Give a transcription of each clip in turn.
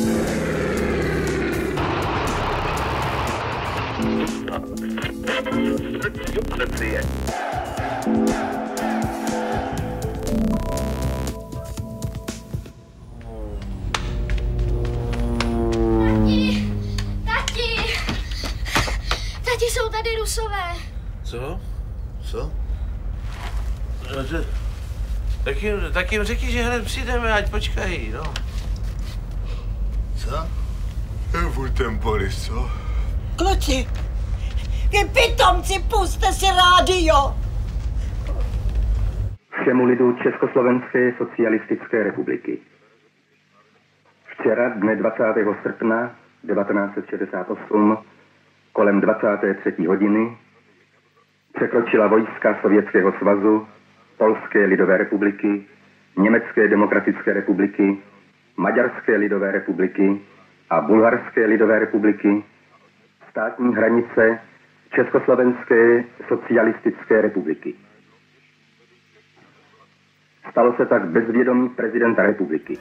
Tati, jsou tady Rusové. Co? Co? Tak jim řekni, že hned přijdeme, ať počkají, no. Co? Je furt ten Boris, co? Kluci, vy pitomci, puste si rádio! Všemu lidu Československé socialistické republiky. Včera, dne 20. srpna 1968, kolem 23. hodiny, překročila vojska Sovětského svazu, Polské lidové republiky, Německé demokratické republiky, Maďarské lidové republiky a Bulharské lidové republiky státní hranice Československé socialistické republiky. Stalo se tak bez vědomí prezidenta republiky.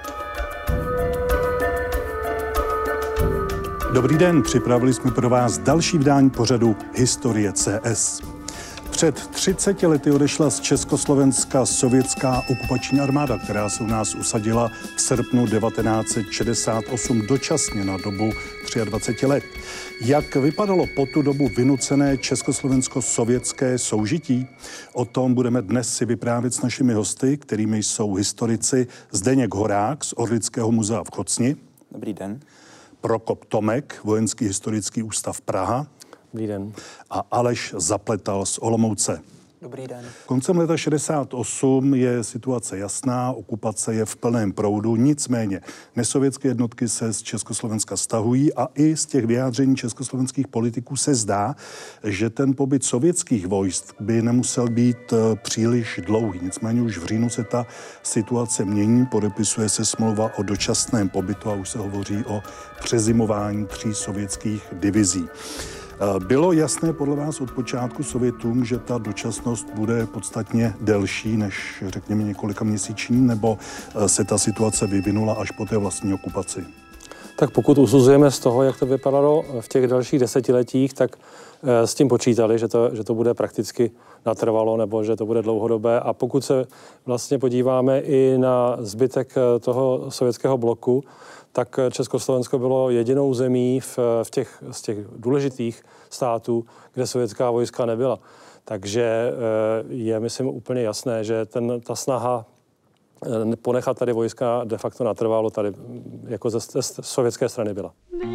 Dobrý den, připravili jsme pro vás další vydání pořadu Historie CS. Před 30 lety odešla z Československa sovětská okupační armáda, která se u nás usadila v srpnu 1968 dočasně na dobu 23 let. Jak vypadalo po tu dobu vynucené československo-sovětské soužití? O tom budeme dnes si vyprávět s našimi hosty, kterými jsou historici Zdeněk Horák z Orlického muzea v Chocni. Dobrý den. Prokop Tomek, Vojenský historický ústav Praha. Dobrý den. A Aleš Zapletal z Olomouce. Dobrý den. Koncem leta 68 je situace jasná, okupace je v plném proudu, nicméně nesovětské jednotky se z Československa stahují a i z těch vyjádření československých politiků se zdá, že ten pobyt sovětských vojsk by nemusel být příliš dlouhý. Nicméně už v říjnu se ta situace mění, podepisuje se smlouva o dočasném pobytu a už se hovoří o přezimování 3 sovětských divizí. Bylo jasné podle vás od počátku Sovětům, že ta dočasnost bude podstatně delší než, řekněme, několika měsíční, nebo se ta situace vyvinula až po té vlastní okupaci? Tak pokud usuzujeme z toho, jak to vypadalo v těch dalších desetiletích, tak s tím počítali, že to bude prakticky natrvalo nebo že to bude dlouhodobé. A pokud se vlastně podíváme i na zbytek toho sovětského bloku, tak Československo bylo jedinou zemí z těch důležitých států, kde sovětská vojska nebyla. Takže je, myslím, úplně jasné, že ta snaha ponechat tady vojska de facto natrvalo tady jako ze sovětské strany byla.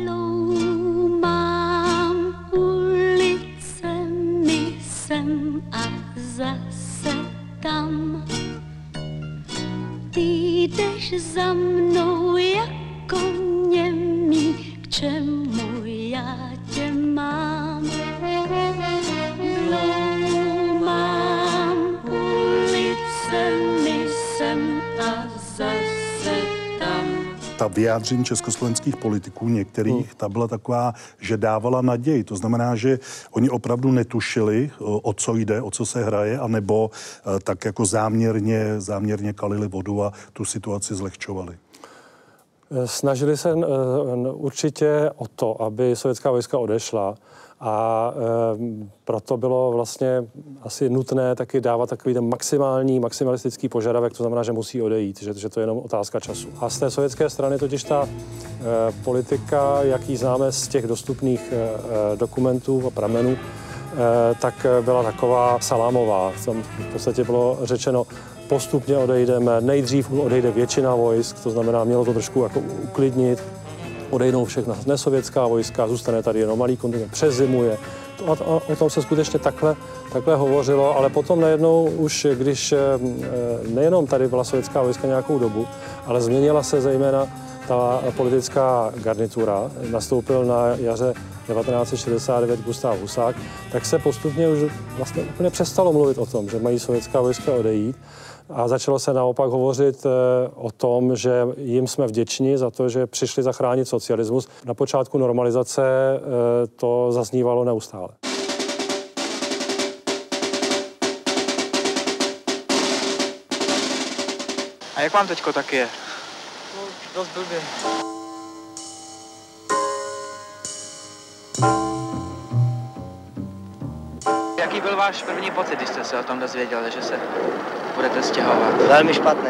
Bloumám ulicemi sem a zase tam. Ty jdeš za mnou jako němý, k čemu já tě mám. Bloumám ulicemi sem a zase tam. Ta vyjádření československých politiků některých, ta byla taková, že dávala naději. To znamená, že oni opravdu netušili, o co jde, o co se hraje, anebo tak jako záměrně kalili vodu a tu situaci zlehčovali. Snažili se určitě o to, aby sovětská vojska odešla a proto bylo vlastně asi nutné taky dávat takový ten maximalistický požadavek, to znamená, že musí odejít, že to je jenom otázka času. A z té sovětské strany totiž ta politika, jak ji známe z těch dostupných dokumentů a pramenů, tak byla taková salámová. V podstatě bylo řečeno, postupně odejdeme, nejdřív odejde většina vojsk, to znamená, mělo to trošku jako uklidnit, odejdou všechna nesovětská vojska, zůstane tady jenom malý kontingent, přezimuje. O tom se skutečně takhle hovořilo, ale potom najednou už, když nejenom tady byla sovětská vojska nějakou dobu, ale změnila se zejména ta politická garnitura, nastoupil na jaře 1969 Gustav Husák, tak se postupně už vlastně úplně přestalo mluvit o tom, že mají sovětská vojska odejít. A začalo se naopak hovořit o tom, že jim jsme vděční za to, že přišli zachránit socialismus. Na počátku normalizace to zaznívalo neustále. A jak vám teďko tak je? No, dost blbě. váš první pocit, když jste se o tom dozvěděli, že se budete stěhovat? Velmi špatný.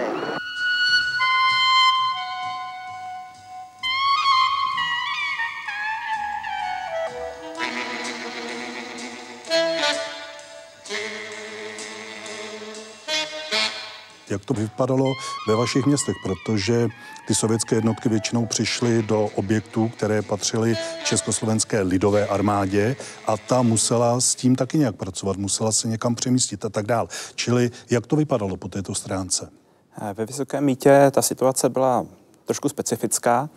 Jak to vypadalo ve vašich městech, protože ty sovětské jednotky většinou přišly do objektů, které patřily Československé lidové armádě a ta musela s tím taky nějak pracovat, musela se někam přemístit a tak dál. Čili jak to vypadalo po této stránce? Ve Vysokém Mýtě ta situace byla trošku specifická.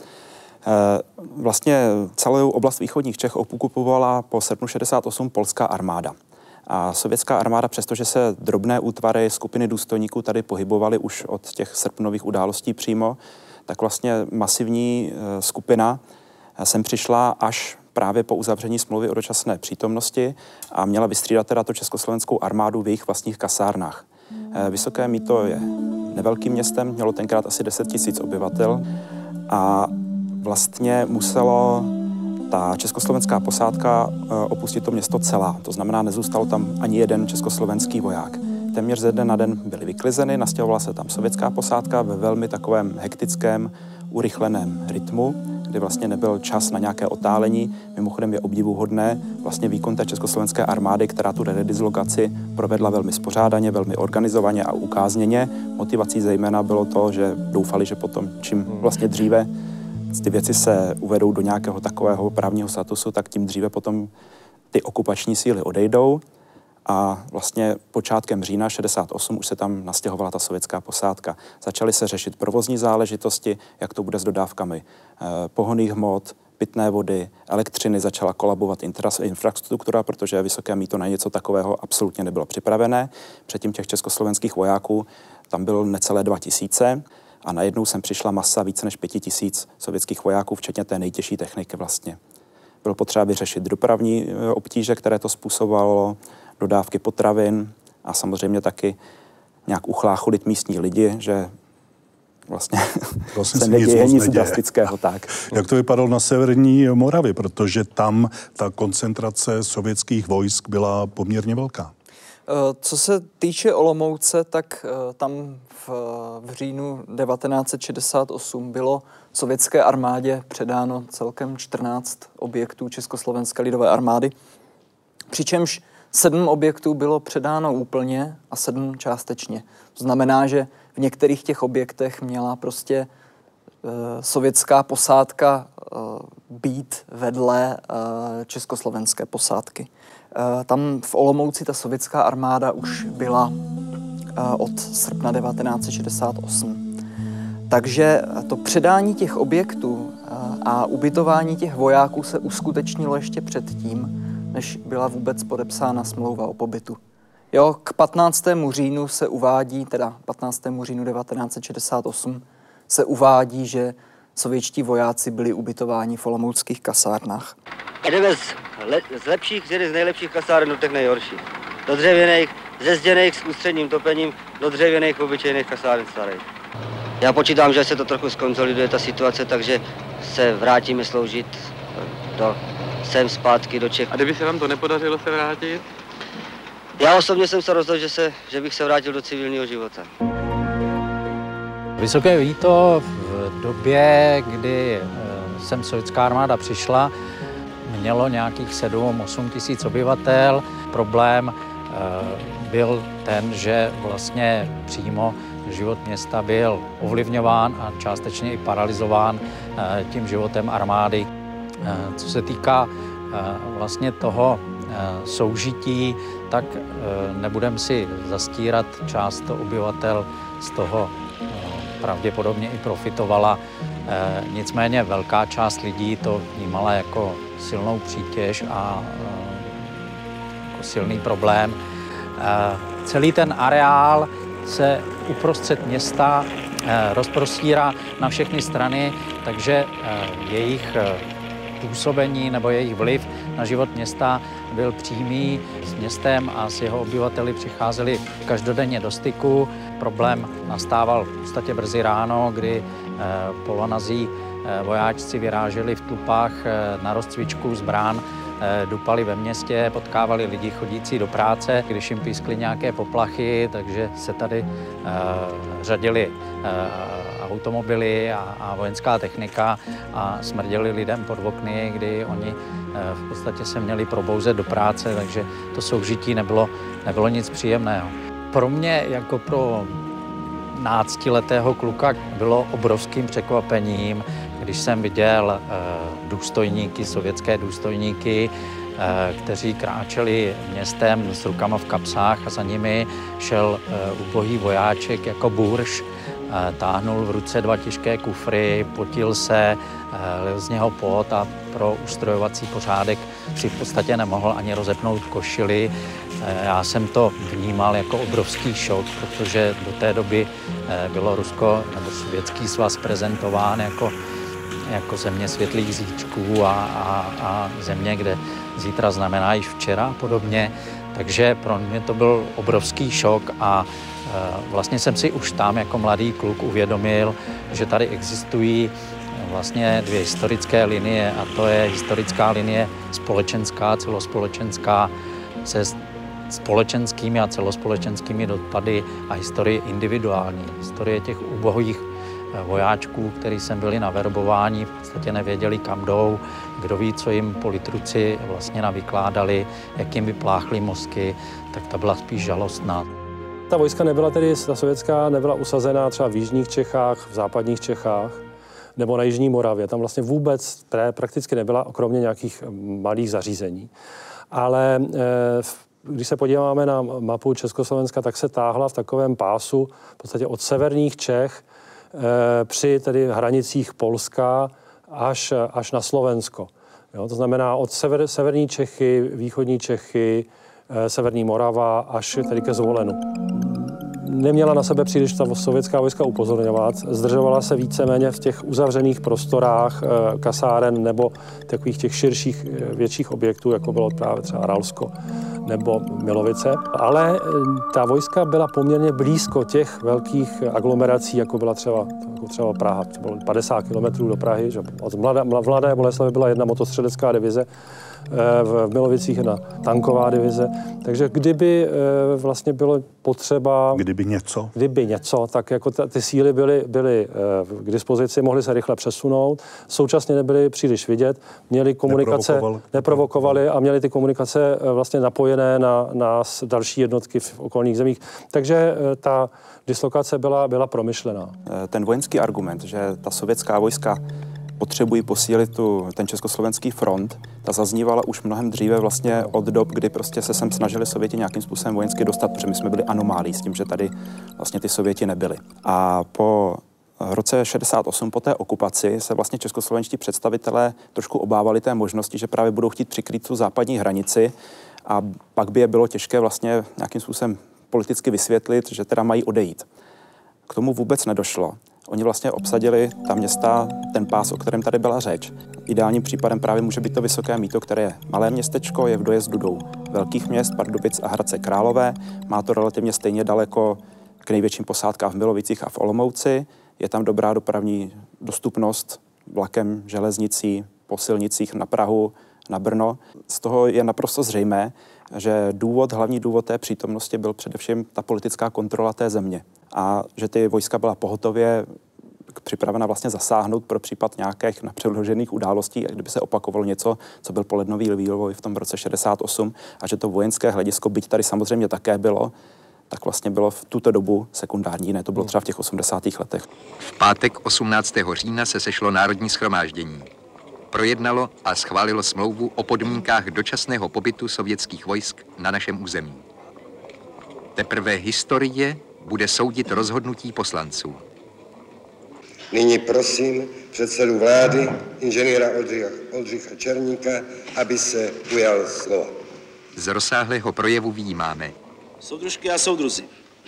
Vlastně celou oblast východních Čech okupovala po srpnu 68 polská armáda. A sovětská armáda, přestože se drobné útvary skupiny důstojníků tady pohybovaly už od těch srpnových událostí přímo, tak vlastně masivní skupina sem přišla až právě po uzavření smlouvy o dočasné přítomnosti a měla vystřídat teda tu československou armádu v jejich vlastních kasárnách. Vysoké Mýto je nevelkým městem, mělo tenkrát asi 10 000 obyvatel a vlastně muselo ta československá posádka opustit to město celá. To znamená, nezůstal tam ani jeden československý voják. Téměř ze dne na den byly vyklizeny, nastěhovala se tam sovětská posádka ve velmi takovém hektickém, urychleném rytmu, kdy vlastně nebyl čas na nějaké otálení. Mimochodem je obdivuhodné vlastně výkon té československé armády, která tu redislokaci provedla velmi spořádaně, velmi organizovaně a ukázněně. Motivací zejména bylo to, že doufali, že potom čím vlastně dříve ty věci se uvedou do nějakého takového právního statusu, tak tím dříve potom ty okupační síly odejdou a vlastně počátkem října 68 už se tam nastěhovala ta sovětská posádka. Začaly se řešit provozní záležitosti, jak to bude s dodávkami pohonných hmot, pitné vody, elektřiny, začala kolabovat infrastruktura, protože Vysoké Mýto na něco takového absolutně nebylo připravené. Předtím těch československých vojáků tam bylo necelé 2000 a najednou sem přišla masa více než 5000 sovětských vojáků, včetně té nejtěžší techniky vlastně. Bylo potřeba vyřešit dopravní obtíže, které to způsobovalo, dodávky potravin a samozřejmě taky nějak uchlácholit místní lidi, že vlastně se neděje nic drastického. Tak. Jak to vypadalo na severní Moravě, protože tam ta koncentrace sovětských vojsk byla poměrně velká? Co se týče Olomouce, tak tam v říjnu 1968 bylo sovětské armádě předáno celkem 14 objektů Československé lidové armády, přičemž 7 objektů bylo předáno úplně a 7 částečně. To znamená, že v některých těch objektech měla prostě sovětská posádka být vedle československé posádky. Tam v Olomouci ta sovětská armáda už byla od srpna 1968. Takže to předání těch objektů a ubytování těch vojáků se uskutečnilo ještě předtím, než byla vůbec podepsána smlouva o pobytu. Jo, k 15. říjnu se uvádí, teda 15. říjnu 1968 se uvádí, že sovětští vojáci byli ubytováni v olomouckých kasárnách. Jdeme z nejlepších kasáren do těch nejhorších. Do dřevěných, ze zděných s ústředním topením, do dřevěných obyčejných kasáren starých. Já počítám, že se to trochu skonsoliduje ta situace, takže se vrátíme sloužit sem zpátky do Čech. A kdyby se vám to nepodařilo se vrátit? Já osobně jsem se rozhodl, že bych se vrátil do civilního života. Vysoké Mýto v době, kdy sem sovětská armáda přišla, mělo nějakých 7-8 tisíc obyvatel. Problém byl ten, že vlastně přímo život města byl ovlivňován a částečně i paralyzován tím životem armády. Co se týká vlastně toho soužití, tak nebudeme si zastírat, část obyvatel z toho pravděpodobně i profitovala. Nicméně velká část lidí to vnímala jako silnou přítěž a jako silný problém. Celý ten areál se uprostřed města rozprostírá na všechny strany, takže jejich působení nebo jejich vliv na život města byl přímý. S městem a s jeho obyvateli přicházeli každodenně do styku. Problém nastával v podstatě brzy ráno, kdy polonazí vojáčci vyráželi v tlupách na rozcvičku zbrán dupali ve městě, potkávali lidi chodící do práce, když jim pískly nějaké poplachy, takže se tady řadili automobily a vojenská technika a smrděli lidem pod okny, kdy oni v podstatě se měli probouzet do práce, takže to soužití nebylo nic příjemného. Pro mě jako pro 15letého kluka bylo obrovským překvapením, když jsem viděl důstojníky, sovětské důstojníky, kteří kráčeli městem s rukama v kapsách a za nimi šel ubohý vojáček jako burš, táhnul v ruce 2 těžké kufry, potil se, lil z něho pot a pro ustrojovací pořádek si v podstatě nemohl ani rozepnout košili. Já jsem to vnímal jako obrovský šok, protože do té doby bylo Rusko nebo Sovětský svaz prezentován jako země světlých zítřků a země, kde zítra znamená již včera a podobně. Takže pro mě to byl obrovský šok a vlastně jsem si už tam jako mladý kluk uvědomil, že tady existují vlastně 2 historické linie a to je historická linie společenská, celospolečenská se společenskými a celospolečenskými dopady a historie individuální. Historie těch ubohých vojáčků, kteří sem byli na verbování, v podstatě nevěděli, kam jdou, kdo ví, co jim politruci vlastně navykládali, jak jim vypláchly mozky, tak ta byla spíš žalostná. Ta vojska nebyla tedy, ta sovětská nebyla usazená třeba v jižních Čechách, v západních Čechách nebo na jižní Moravě. Tam vlastně vůbec prakticky nebyla, kromě nějakých malých zařízení. Ale když se podíváme na mapu Československa, tak se táhla v takovém pásu v podstatě od severních Čech při tedy hranicích Polska až na Slovensko. Jo, to znamená od severní Čechy, východní Čechy, severní Morava až tedy ke Zvolenu. Neměla na sebe příliš ta sovětská vojska upozorňovat, zdržovala se víceméně v těch uzavřených prostorách kasáren nebo takových těch širších, větších objektů, jako bylo právě třeba Ralsko nebo Milovice. Ale ta vojska byla poměrně blízko těch velkých aglomerací, jako byla třeba Praha. To bylo 50 kilometrů do Prahy. Že od Mladé Boleslavi byla jedna motostřelecká divize, v Milovicích jedna tanková divize. Takže kdyby vlastně bylo potřeba... Kdyby něco, tak jako ty síly byly k dispozici, mohly se rychle přesunout, současně nebyly příliš vidět, měli komunikace, neprovokovali a měli ty komunikace vlastně napojené na další jednotky v okolních zemích. Takže ta dislokace byla promyšlená. Ten vojenský argument, že ta sovětská vojska potřebují posílit ten československý front, ta zaznívala už mnohem dříve vlastně od dob, kdy prostě se sem snažili Sověti nějakým způsobem vojensky dostat, protože my jsme byli anomálí s tím, že tady vlastně ty Sověti nebyli. A po roce 68 po té okupaci se vlastně českoslovenští představitelé trošku obávali té možnosti, že právě budou chtít přikrýt tu západní hranici a pak by je bylo těžké vlastně nějakým způsobem politicky vysvětlit, že teda mají odejít. K tomu vůbec nedošlo. Oni vlastně obsadili ta města, ten pás, o kterém tady byla řeč. Ideálním případem právě může být to Vysoké Mýto, které je malé městečko, je v dojezdu do velkých měst, Pardubic a Hradce Králové. Má to relativně stejně daleko k největším posádkám v Milovicích a v Olomouci. Je tam dobrá dopravní dostupnost vlakem, železnicí, po silnicích na Prahu, na Brno. Z toho je naprosto zřejmé, že hlavní důvod té přítomnosti byl především ta politická kontrola té země. A že ty vojska byla pohotově připravena vlastně zasáhnout pro případ nějakých nepředložených událostí, kdyby se opakovalo něco, co byl polednový vývoj v tom roce 68, a že to vojenské hledisko, byť tady samozřejmě také bylo, tak vlastně bylo v tuto dobu sekundární, ne, to bylo třeba v těch 80. letech. V pátek 18. října se sešlo Národní shromáždění. Projednalo a schválilo smlouvu o podmínkách dočasného pobytu sovětských vojsk na našem území. Teprve historie bude soudit rozhodnutí poslanců. Nyní prosím předsedu vlády, inženýra Oldřicha Černíka, aby se ujal slova. Z rozsáhlého projevu vyjímáme. Soudružky a soudruzi,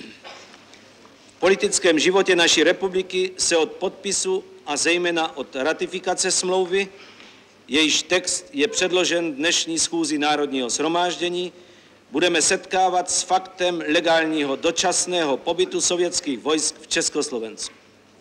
v politickém životě naší republiky se od podpisu a zejména od ratifikace smlouvy, jejíž text je předložen dnešní schůzi Národního shromáždění, budeme setkávat s faktem legálního dočasného pobytu sovětských vojsk v Československu.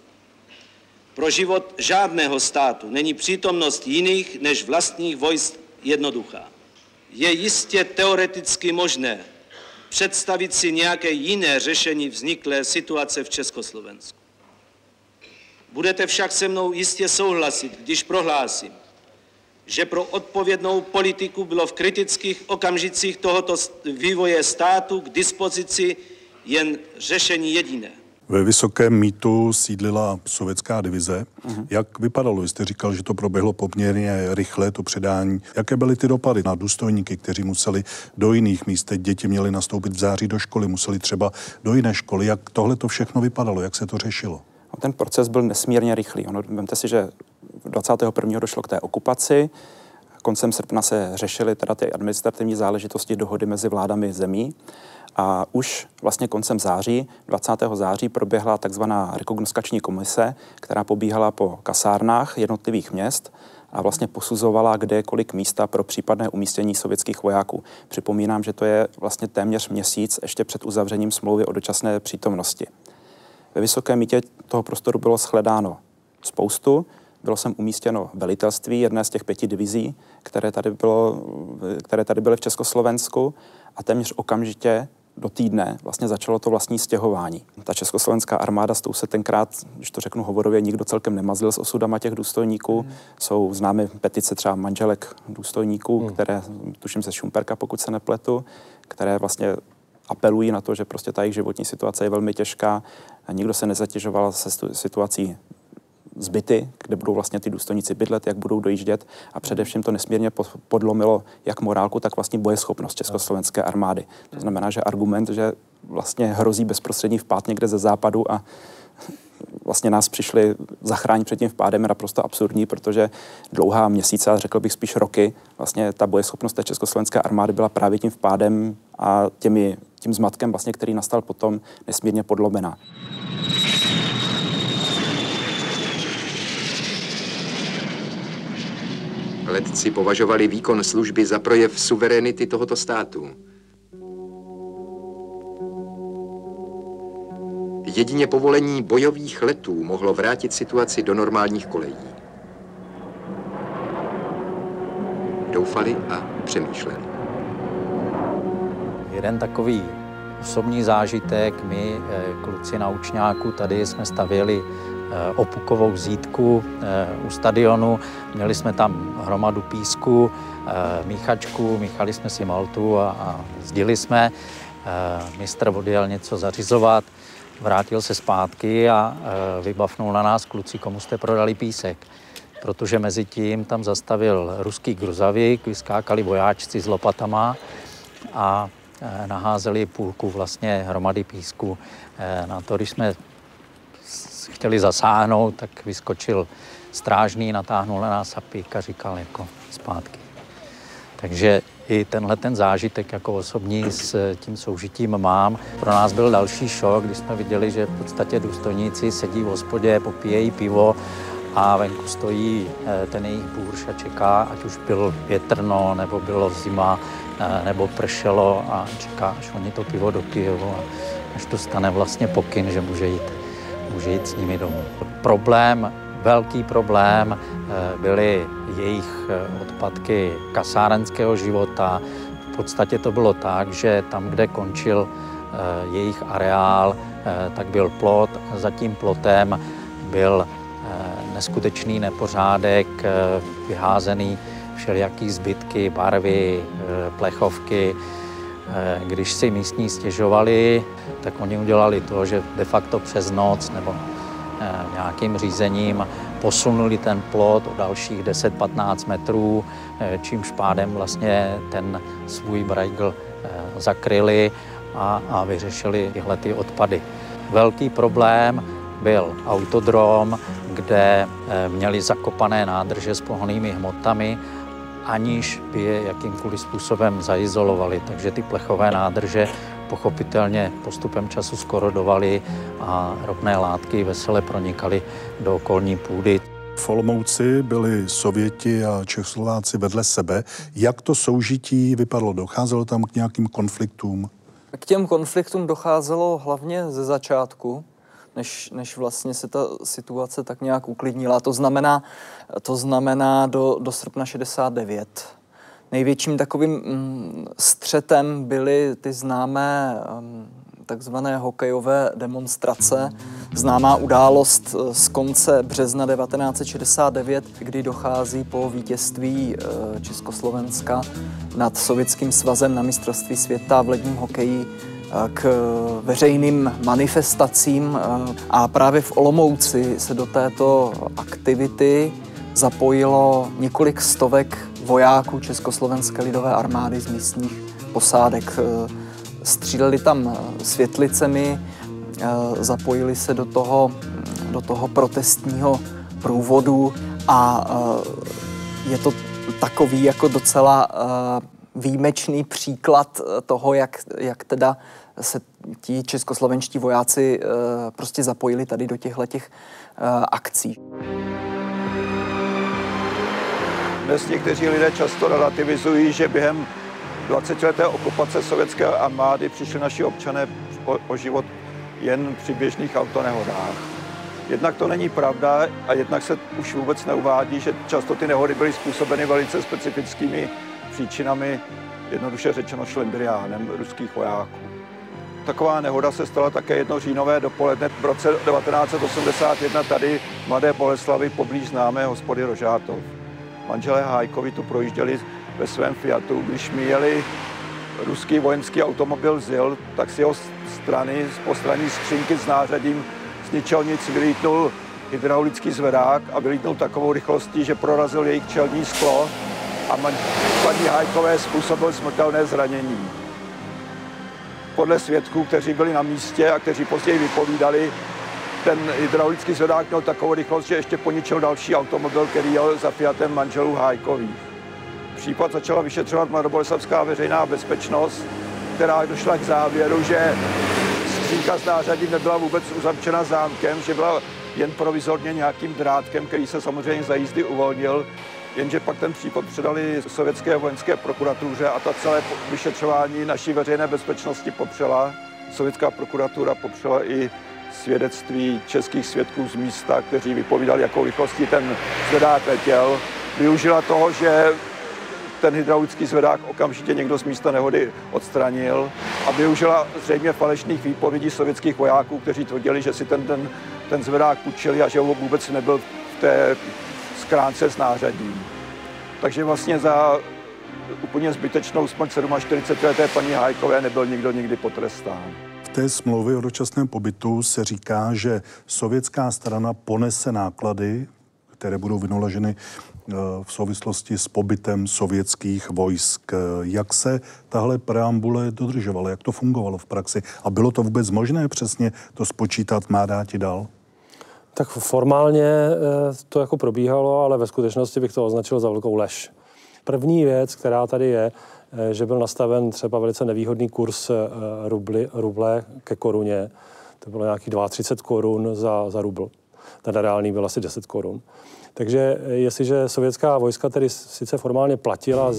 Pro život žádného státu není přítomnost jiných než vlastních vojsk jednoduchá. je jistě teoreticky možné představit si nějaké jiné řešení vzniklé situace v Československu. Budete však se mnou jistě souhlasit, když prohlásím, že pro odpovědnou politiku bylo v kritických okamžicích tohoto vývoje státu k dispozici jen řešení jediné. Ve Vysokém Mýtu sídlila sovětská divize. Jak vypadalo? Jste říkal, že to proběhlo poměrně rychle, to předání. Jaké byly ty dopady na důstojníky, kteří museli do jiných míst? Teď děti měly nastoupit v září do školy, museli třeba do jiné školy. Jak tohle to všechno vypadalo? Jak se to řešilo? Ten proces byl nesmírně rychlý. Vemte si, že 21. došlo k té okupaci, koncem srpna se řešily teda ty administrativní záležitosti dohody mezi vládami zemí a už vlastně koncem září, 20. září proběhla takzvaná rekognoskační komise, která pobíhala po kasárnách jednotlivých měst a vlastně posuzovala, kde je kolik místa pro případné umístění sovětských vojáků. Připomínám, že to je vlastně téměř měsíc ještě před uzavřením smlouvy o dočasné přítomnosti. Ve Vysokém Mýtě toho prostoru bylo shledáno spoustu. Bylo sem umístěno velitelství jedné z těch 5 divizí, které tady byly v Československu a téměř okamžitě do týdne vlastně začalo to vlastní stěhování. Ta československá armáda, s tou se tenkrát, když to řeknu hovorově, nikdo celkem nemazlil s osudama těch důstojníků. Jsou známy petice třeba manželek důstojníků, které, tuším ze Šumperka, pokud se nepletu, které vlastně apelují na to, že prostě ta jejich životní situace je velmi těžká a nikdo se nezatěžoval se situací zbyty, kde budou vlastně ty důstojníci bydlet, jak budou dojíždět a především to nesmírně podlomilo jak morálku, tak vlastně bojeschopnost československé armády. To znamená, že argument, že vlastně hrozí bezprostřední vpád někde ze západu a vlastně nás přišli zachránit před tím vpádem, je naprosto absurdní, protože dlouhá měsíce, a řekl bych spíš roky, vlastně ta bojeschopnost té československé armády byla právě tím vpádem a tím zmatkem, vlastně, který nastal potom, nesmírně podlomená. Letci považovali výkon služby za projev suverenity tohoto státu. Jedině povolení bojových letů mohlo vrátit situaci do normálních kolejí. Doufali a přemýšleli. Jeden takový osobní zážitek, my, kluci na učňáku, tady jsme stavěli opukovou zítku u stadionu. Měli jsme tam hromadu písku, míchačku, míchali jsme si maltu a zdili jsme. Mistr odjel něco zařizovat, vrátil se zpátky a vybavnul na nás: kluci, komu jste prodali písek. Protože mezi tím tam zastavil ruský gruzavík, vyskákali vojáčci s lopatama a naházeli půlku vlastně hromady písku. Na to, když jsme chtěli zasáhnout, tak vyskočil strážný, natáhnul na nás sapík a říkal jako zpátky. Takže i tenhle ten zážitek jako osobní s tím soužitím mám. Pro nás byl další šok, když jsme viděli, že v podstatě důstojníci sedí v hospodě, popíjejí pivo a venku stojí ten jejich bůrš a čeká, ať už bylo větrno, nebo bylo zima, nebo pršelo a čeká, až oni to pivo dopijou a až dostane vlastně pokyn, že může jít s nimi domů. Velký problém byly jejich odpadky kasárenského života. V podstatě to bylo tak, že tam, kde končil jejich areál, tak byl plot. Za tím plotem byl neskutečný nepořádek, vyházený všelijaký zbytky, barvy, plechovky. Když si místní stěžovali, tak oni udělali to, že de facto přes noc nebo nějakým řízením posunuli ten plot o dalších 10-15 metrů, čímž pádem vlastně ten svůj brajgl zakryli a vyřešili tyhle ty odpady. Velký problém byl autodrom, kde měli zakopané nádrže s pohonnými hmotami, aniž by je jakýmkoliv způsobem zaizolovali. Takže ty plechové nádrže pochopitelně postupem času skorodovaly a ropné látky vesele pronikaly do okolní půdy. V Olomouci byli Sověti a Čechoslováci vedle sebe. Jak to soužití vypadalo? Docházelo tam k nějakým konfliktům? K těm konfliktům docházelo hlavně ze začátku, než vlastně se ta situace tak nějak uklidnila. To znamená do srpna 69. Největším takovým střetem byly ty známé takzvané hokejové demonstrace. Známá událost z konce března 1969, kdy dochází po vítězství Československa nad Sovětským svazem na mistrovství světa v ledním hokeji k veřejným manifestacím. A právě v Olomouci se do této aktivity zapojilo několik stovek vojáků Československé lidové armády z místních posádek. Stříleli tam světlicemi, zapojili se do toho protestního průvodu a je to takový jako docela výjimečný příklad toho, jak teda se ti českoslovenští vojáci prostě zapojili tady do těchhletěch akcí. Dnes někteří lidé často relativizují, že během 20leté okupace sovětské armády přišli naši občané o život jen při běžných autonehodách. Jednak to není pravda a jednak se už vůbec neuvádí, že často ty nehody byly způsobeny velice specifickými příčinami, jednoduše řečeno šlendriánem ruských vojáků. Taková nehoda se stala také jedno říjnové dopoledne v roce 1981 tady v Mladé Boleslavi poblíž známé hospody Rožátov. Manželé Hájkovi tu projížděli ve svém Fiatu. Když míjeli ruský vojenský automobil ZIL, tak z jeho strany, z postranní skřínky s nářadím z ničeho nic vylítnul hydraulický zvedák a vylítnul takovou rychlostí, že prorazil jejich čelní sklo a paní Hájkové způsobil smrtelné zranění. Podle svědků, kteří byli na místě a kteří později vypovídali, ten hydraulický zvedák měl takovou rychlost, že ještě poničil další automobil, který jel za Fiatem manželů Hájkových. Případ začala vyšetřovat mladoboleslavská veřejná bezpečnost, která došla k závěru, že skřínka s nářadím nebyla vůbec uzamčena zámkem, že byla jen provizorně nějakým drátkem, který se samozřejmě za jízdy uvolnil, jenže pak ten případ předali sovětské vojenské prokuratuře a ta celé vyšetřování naší veřejné bezpečnosti popřela. Sovětská prokuratura popřela i svědectví českých svědků z místa, kteří vypovídali, jakou rychlostí ten zvedák letěl. Využila toho, že ten hydraulický zvedák okamžitě někdo z místa nehody odstranil a využila zřejmě falešných výpovědí sovětských vojáků, kteří tvrdili, že si ten zvedák půjčili a že vůbec nebyl v té skránce s nářadím. Takže vlastně za úplně zbytečnou smrt 47leté paní Hájkové nebyl nikdo nikdy potrestán. V té smlouvě o dočasném pobytu se říká, že sovětská strana ponese náklady, které budou vynaloženy v souvislosti s pobytem sovětských vojsk. Jak se tahle preambule dodržovala? Jak to fungovalo v praxi? A bylo to vůbec možné přesně to spočítat, má dáti dal? Tak formálně to jako probíhalo, ale ve skutečnosti bych to označil za velkou lež. První věc, která tady je, že byl nastaven třeba velice nevýhodný kurz ruble ke koruně. To bylo nějakých 32 korun za rubl. Ten reálný byl asi 10 korun. Takže jestliže sovětská vojska tedy sice formálně platila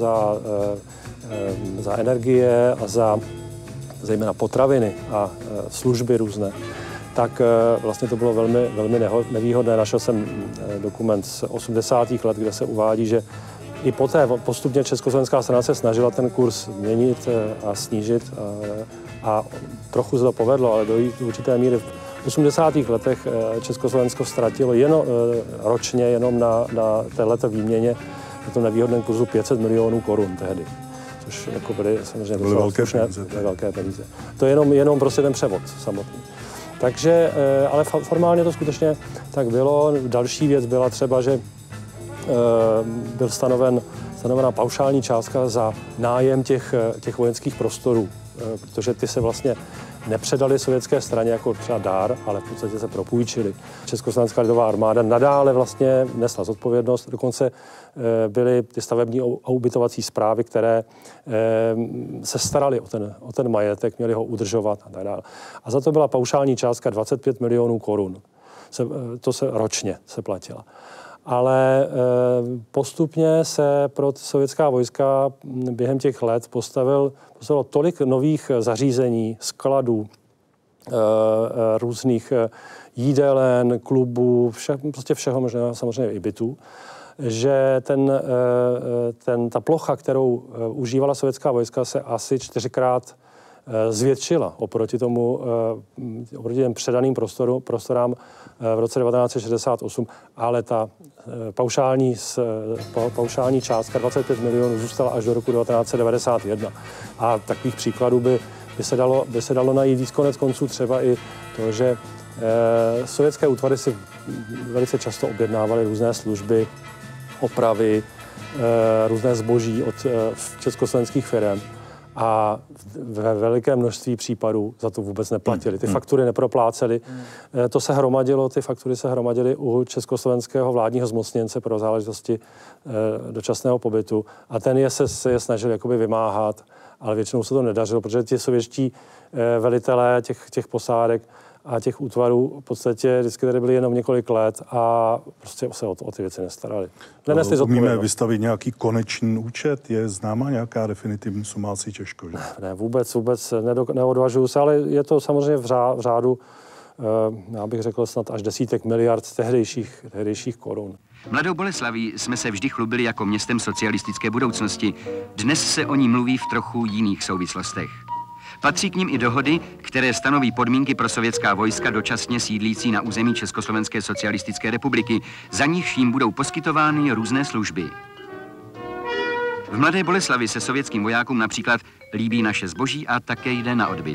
za energie a za zejména potraviny a služby různé, tak vlastně to bylo velmi, velmi nevýhodné. Našel jsem dokument z 80. let, kde se uvádí, že i poté postupně československá strana se snažila ten kurz měnit a snížit a trochu se to povedlo, ale dojít do určité míry. V 80. letech Československo ztratilo ročně jenom na této výměně na tom nevýhodném kurzu 500 milionů korun tehdy. Což jako byly samozřejmě velké peníze. To je jenom prostě ten převod samotný. Takže, ale formálně to skutečně tak bylo. Další věc byla třeba, že byl stanovena paušální částka za nájem těch vojenských prostorů, protože ty se vlastně nepředali sovětské straně jako třeba dár, ale v podstatě se propůjčili. Československá lidová armáda nadále vlastně nesla zodpovědnost, dokonce byly ty stavební a ubytovací správy, které se staraly o ten majetek, měly ho udržovat a tak dále. A za to byla paušální částka 25 milionů korun. To se ročně se platila. Ale postupně se pro sovětská vojska během těch let postavilo tolik nových zařízení, skladů, různých jídelen, klubů, prostě všeho možného, samozřejmě i bytů, že ta plocha, kterou užívala sovětská vojska, se asi 4krát zvětšila oproti těm předaným prostorám v roce 1968, ale ta paušální částka 25 milionů zůstala až do roku 1991. A takových příkladů by se dalo najít víc. Konec konců třeba i to, že sovětské útvary si velice často objednávaly různé služby, opravy, různé zboží od československých firem a ve velikém množství případů za to vůbec neplatili. Ty faktury nepropláceli. Ty faktury se hromadily u československého vládního zmocněnce pro záležitosti dočasného pobytu a ten se je snažil jakoby vymáhat, ale většinou se to nedařilo, protože ti sovětští velitelé těch posádek a těch útvarů v podstatě vždycky tady byli jenom několik let a prostě se o ty věci nestarali. Umíme vystavit nějaký konečný účet? Je známa nějaká definitivní suma? Asi těžko, že? Ne, vůbec neodvažuju se, ale je to samozřejmě v řádu, já bych řekl snad až desítek miliard tehdejších korun. Mladou Boleslaví jsme se vždy chlubili jako městem socialistické budoucnosti. Dnes se o ní mluví v trochu jiných souvislostech. Patří k nim i dohody, které stanoví podmínky pro sovětská vojska dočasně sídlící na území Československé socialistické republiky, za nichž jim budou poskytovány různé služby. V Mladé Boleslavi se sovětským vojákům například líbí naše zboží a také jde na odbyt.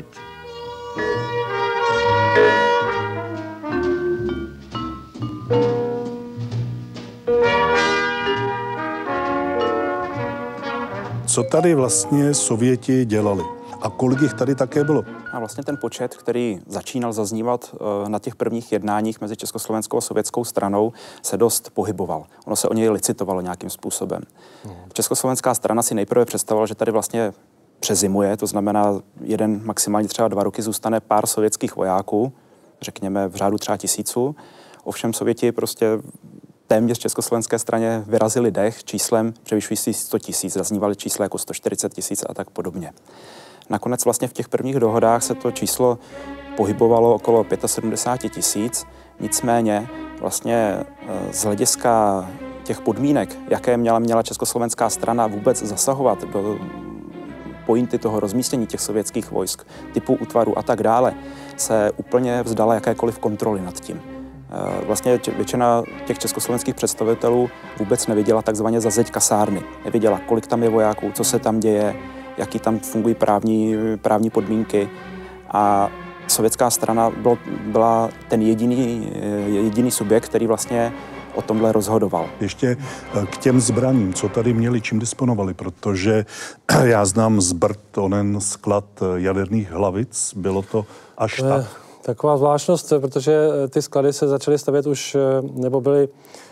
Co tady vlastně Sověti dělali? A kolik jich tady také bylo? A vlastně ten počet, který začínal zaznívat na těch prvních jednáních mezi československou a sovětskou stranou, se dost pohyboval. Ono se o něj licitovalo nějakým způsobem. Československá strana si nejprve představovala, že tady vlastně přezimuje, to znamená maximálně třeba 2 roky zůstane pár sovětských vojáků, řekněme v řádu třeba 1000. Ovšem Sověti prostě téměř československé straně vyrazili dech číslem převyšující 100 000, zaznívaly čísla jako 140 000 a tak podobně. Nakonec vlastně v těch prvních dohodách se to číslo pohybovalo okolo 75 000, nicméně vlastně z hlediska těch podmínek, jaké měla československá strana vůbec zasahovat do pointy toho rozmístění těch sovětských vojsk, typu útvaru a tak dále, se úplně vzdala jakékoliv kontroly nad tím. Vlastně většina těch československých představitelů vůbec neviděla takzvaně za zeď kasárny. Neviděla, kolik tam je vojáků, co se tam děje, jaký tam fungují právní podmínky. A sovětská strana byla ten jediný subjekt, který vlastně o tomhle rozhodoval. Ještě k těm zbraním, co tady měli, čím disponovali, protože já znám z Brd onen sklad jaderných hlavic, bylo to až tak. Taková zvláštnost, protože ty sklady se začaly stavět už, nebo byly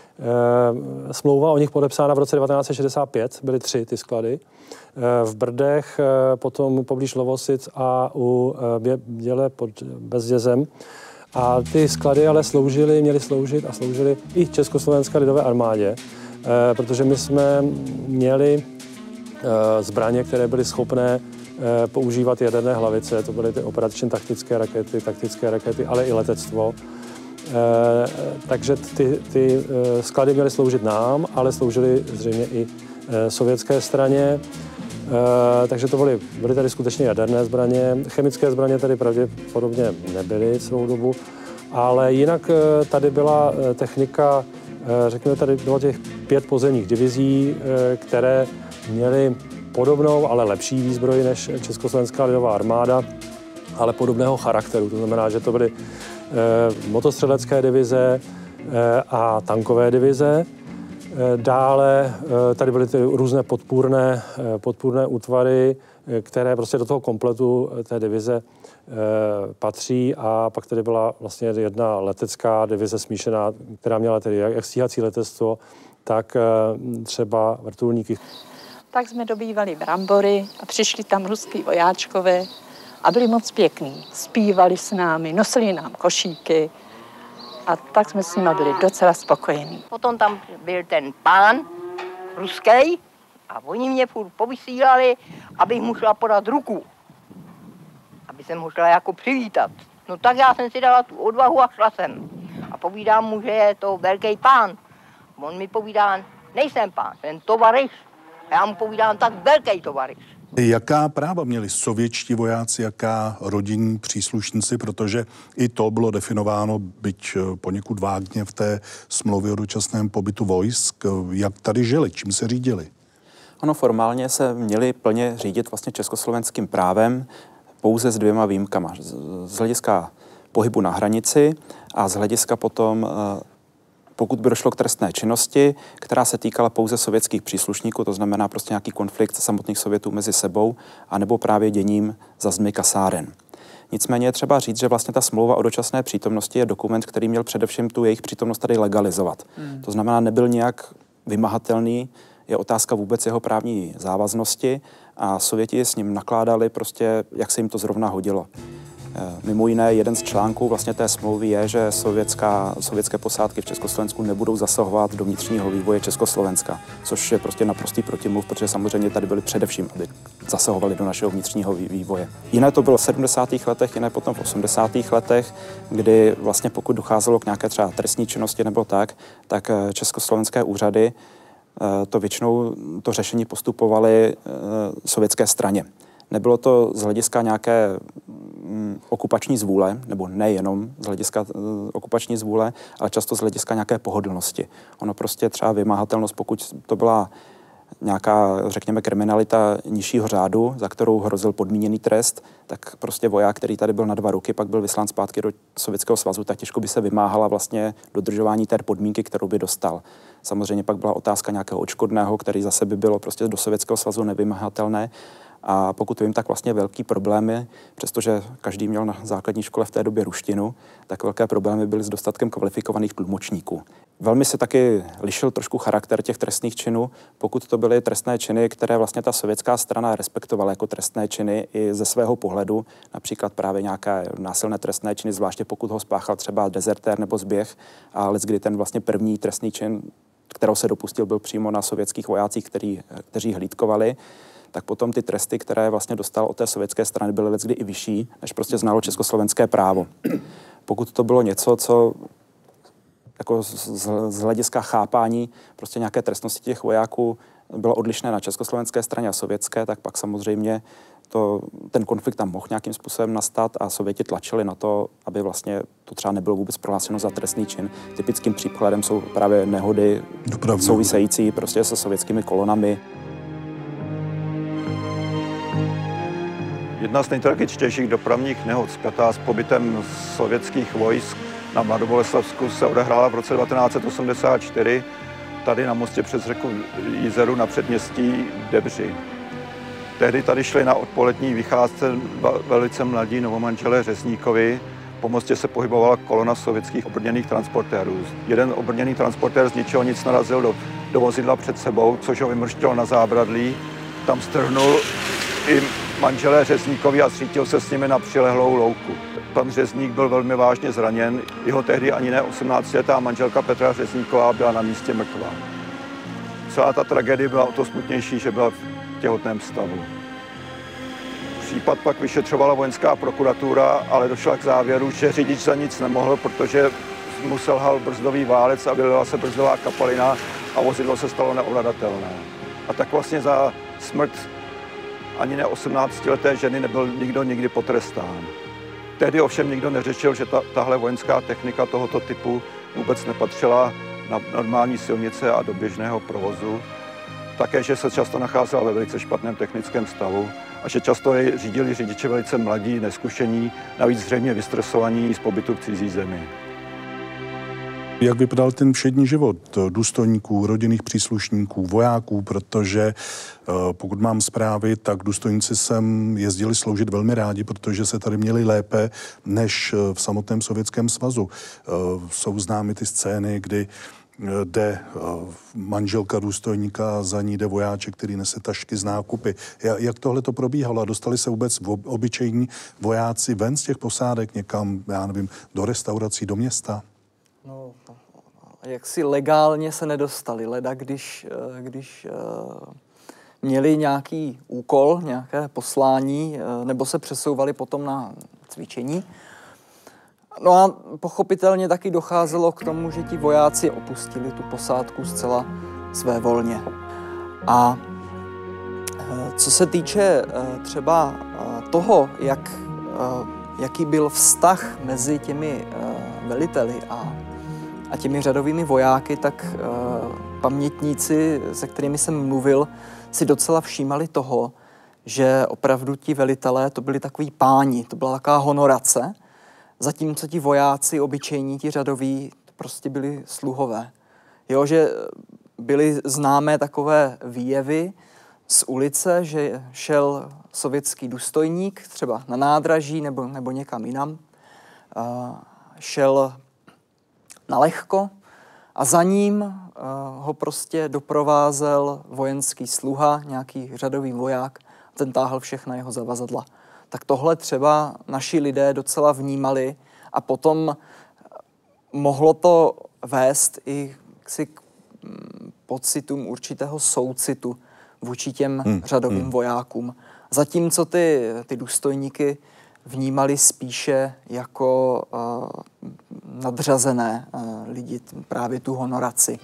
smlouva o nich podepsána v roce 1965, byly 3 ty sklady. V Brdech, potom poblíž Lovosic a u Běle pod Bezdězem. A ty sklady ale měly sloužit a sloužily i Československé lidové armádě, protože my jsme měli zbraně, které byly schopné používat jaderné hlavice, to byly ty operačně taktické rakety, ale i letectvo. Takže ty sklady měly sloužit nám, ale sloužily zřejmě i sovětské straně. Takže to byly tady skutečně jaderné zbraně. Chemické zbraně tady pravděpodobně nebyly celou dobu, ale jinak tady byla technika, řekněme, tady bylo těch 5 pozemních divizí, které měly podobnou, ale lepší výzbroj než Československá lidová armáda, ale podobného charakteru. To znamená, že to byly motostřelecké divize a tankové divize. Dále tady byly ty různé podpůrné útvary, které prostě do toho kompletu té divize patří, a pak tady byla vlastně jedna letecká divize smíšená, která měla tedy jak stíhací letectvo, tak třeba vrtulníky. Tak jsme dobývali brambory a přišli tam ruský vojáčkové a byli moc pěkní. Zpívali s námi, nosili nám košíky a tak jsme s nimi byli docela spokojení. Potom tam byl ten pán ruský a oni mě furt povysílali, abych mu šla podat ruku. Aby jsem ho šla jako přivítat. No tak já jsem si dala tu odvahu a šla jsem. A povídám mu, že je to velký pán. On mi povídá, nejsem pán, jsem tovaryš. A já mu povídám, tak velký tovaryš. Jaká práva měli sovětští vojáci, jaká rodinní příslušníci, protože i to bylo definováno, byť poněkud vágně v té smlouvě o dočasném pobytu vojsk. Jak tady žili, čím se řídili? Ono formálně se měli plně řídit vlastně československým právem, pouze s dvěma výjimkama. Z hlediska pohybu na hranici a z hlediska potom, pokud by došlo k trestné činnosti, která se týkala pouze sovětských příslušníků, to znamená prostě nějaký konflikt samotných Sovětů mezi sebou, anebo právě děním za zdmi kasáren. Nicméně je třeba říct, že vlastně ta smlouva o dočasné přítomnosti je dokument, který měl především tu jejich přítomnost tady legalizovat. To znamená, nebyl nějak vymahatelný, je otázka vůbec jeho právní závaznosti a Sověti s ním nakládali prostě, jak se jim to zrovna hodilo. Mimo jiné, jeden z článků vlastně té smlouvy je, že sovětské posádky v Československu nebudou zasahovat do vnitřního vývoje Československa, což je prostě naprostý protimluv, protože samozřejmě tady byli především, aby zasahovali do našeho vnitřního vývoje. Jiné to bylo v 70. letech, jiné potom v 80. letech, kdy vlastně pokud docházelo k nějaké třeba trestní činnosti nebo tak československé úřady to většinou to řešení postupovaly sovětské straně. Nebylo to z hlediska nějaké okupační zvůle, nebo nejenom z hlediska okupační zvůle, ale často z hlediska nějaké pohodlnosti. Ono prostě třeba vymahatelnost, pokud to byla nějaká, řekněme, kriminalita nižšího řádu, za kterou hrozil podmíněný trest, tak prostě voják, který tady byl na 2 roky, pak byl vyslán zpátky do Sovětského svazu, tak těžko by se vymáhala vlastně dodržování té podmínky, kterou by dostal. Samozřejmě pak byla otázka nějakého odškodného, který zase by bylo prostě do Sovětského svazu nevymahatelné. A pokud vím, tak vlastně velký problémy, přestože každý měl na základní škole v té době ruštinu, tak velké problémy byly s dostatkem kvalifikovaných tlumočníků. Velmi se taky lišil trošku charakter těch trestných činů, pokud to byly trestné činy, které vlastně ta sovětská strana respektovala jako trestné činy i ze svého pohledu, například právě nějaké násilné trestné činy, zvláště pokud ho spáchal třeba dezertér nebo zběh, a leckdy ten vlastně první trestný čin, kterou se dopustil, byl přímo na sovětských vojácích, kteří hlídkovali, tak potom ty tresty, které vlastně dostal od té sovětské strany, byly leckdy i vyšší, než prostě znalo československé právo. Pokud to bylo něco, co jako z hlediska chápání prostě nějaké trestnosti těch vojáků bylo odlišné na československé straně a sovětské, tak pak samozřejmě ten konflikt tam mohl nějakým způsobem nastat a Sověti tlačili na to, aby vlastně to třeba nebylo vůbec prohlášeno za trestný čin. Typickým příkladem jsou právě nehody související prostě se sovětskými kolonami. Jedna z nejtragičtějších dopravních nehod spjatá s pobytem sovětských vojsk na Mladoboleslavsku se odehrála v roce 1984 tady na mostě přes řeku Jizeru na předměstí Debři. Tehdy tady šli na odpolední vycházce velice mladí novomanželé Řezníkovi. Po mostě se pohybovala kolona sovětských obrněných transportérů. Jeden obrněný transportér z ničeho nic narazil do vozidla před sebou, což ho vymrštilo na zábradlí. Tam strhnul i manželé Řezníkovi a zřítil se s nimi na přilehlou louku. Pan Řezník byl velmi vážně zraněn, jeho tehdy ani ne 18letá manželka Petra Řezníková byla na místě mrtvá. Celá ta tragédie byla o to smutnější, že byla v těhotném stavu. Případ pak vyšetřovala vojenská prokuratura, ale došla k závěru, že řidič za nic nemohl, protože mu selhal brzdový válec a vylila se brzdová kapalina a vozidlo se stalo neovladatelné. A tak vlastně za smrt ani ne 18leté ženy nebyl nikdo nikdy potrestán. Tehdy ovšem nikdo neřešil, že tahle vojenská technika tohoto typu vůbec nepatřila na normální silnice a do běžného provozu. Také, že se často nacházela ve velice špatném technickém stavu a že často je řídili řidiče velice mladí, neskušení, navíc zřejmě vystresovaní z pobytu v cizí zemi. Jak vypadal ten všední život důstojníků, rodinných příslušníků, vojáků, protože pokud mám zprávy, tak důstojníci sem jezdili sloužit velmi rádi, protože se tady měli lépe než v samotném Sovětském svazu. Jsou známy ty scény, kdy jde manželka důstojníka, za ní jde vojáček, který nese tašky z nákupy. Jak tohle to probíhalo? A dostali se vůbec obyčejní vojáci ven z těch posádek někam, já nevím, do restaurací, do města? No, jaksi legálně se nedostali. Leda, když měli nějaký úkol, nějaké poslání, nebo se přesouvali potom na cvičení, No a pochopitelně taky docházelo k tomu, že ti vojáci opustili tu posádku zcela svévolně. A co se týče třeba toho, jaký byl vztah mezi těmi veliteli a těmi řadovými vojáky, tak pamětníci, se kterými jsem mluvil, si docela všímali toho, že opravdu ti velitelé to byli takový páni, to byla taková honorace, zatímco ti vojáci, obyčejní, ti řadoví, prostě byli sluhové. Jo, že byly známé takové výjevy z ulice, že šel sovětský důstojník třeba na nádraží nebo někam jinam, šel nalehko a za ním ho prostě doprovázel vojenský sluha, nějaký řadový voják, ten táhl všechna jeho zavazadla. Tak tohle třeba naši lidé docela vnímali a potom mohlo to vést i k pocitům určitého soucitu vůči těm řadovým vojákům. Zatímco ty důstojníky vnímali spíše jako nadřazené lidi, právě tu honoraci.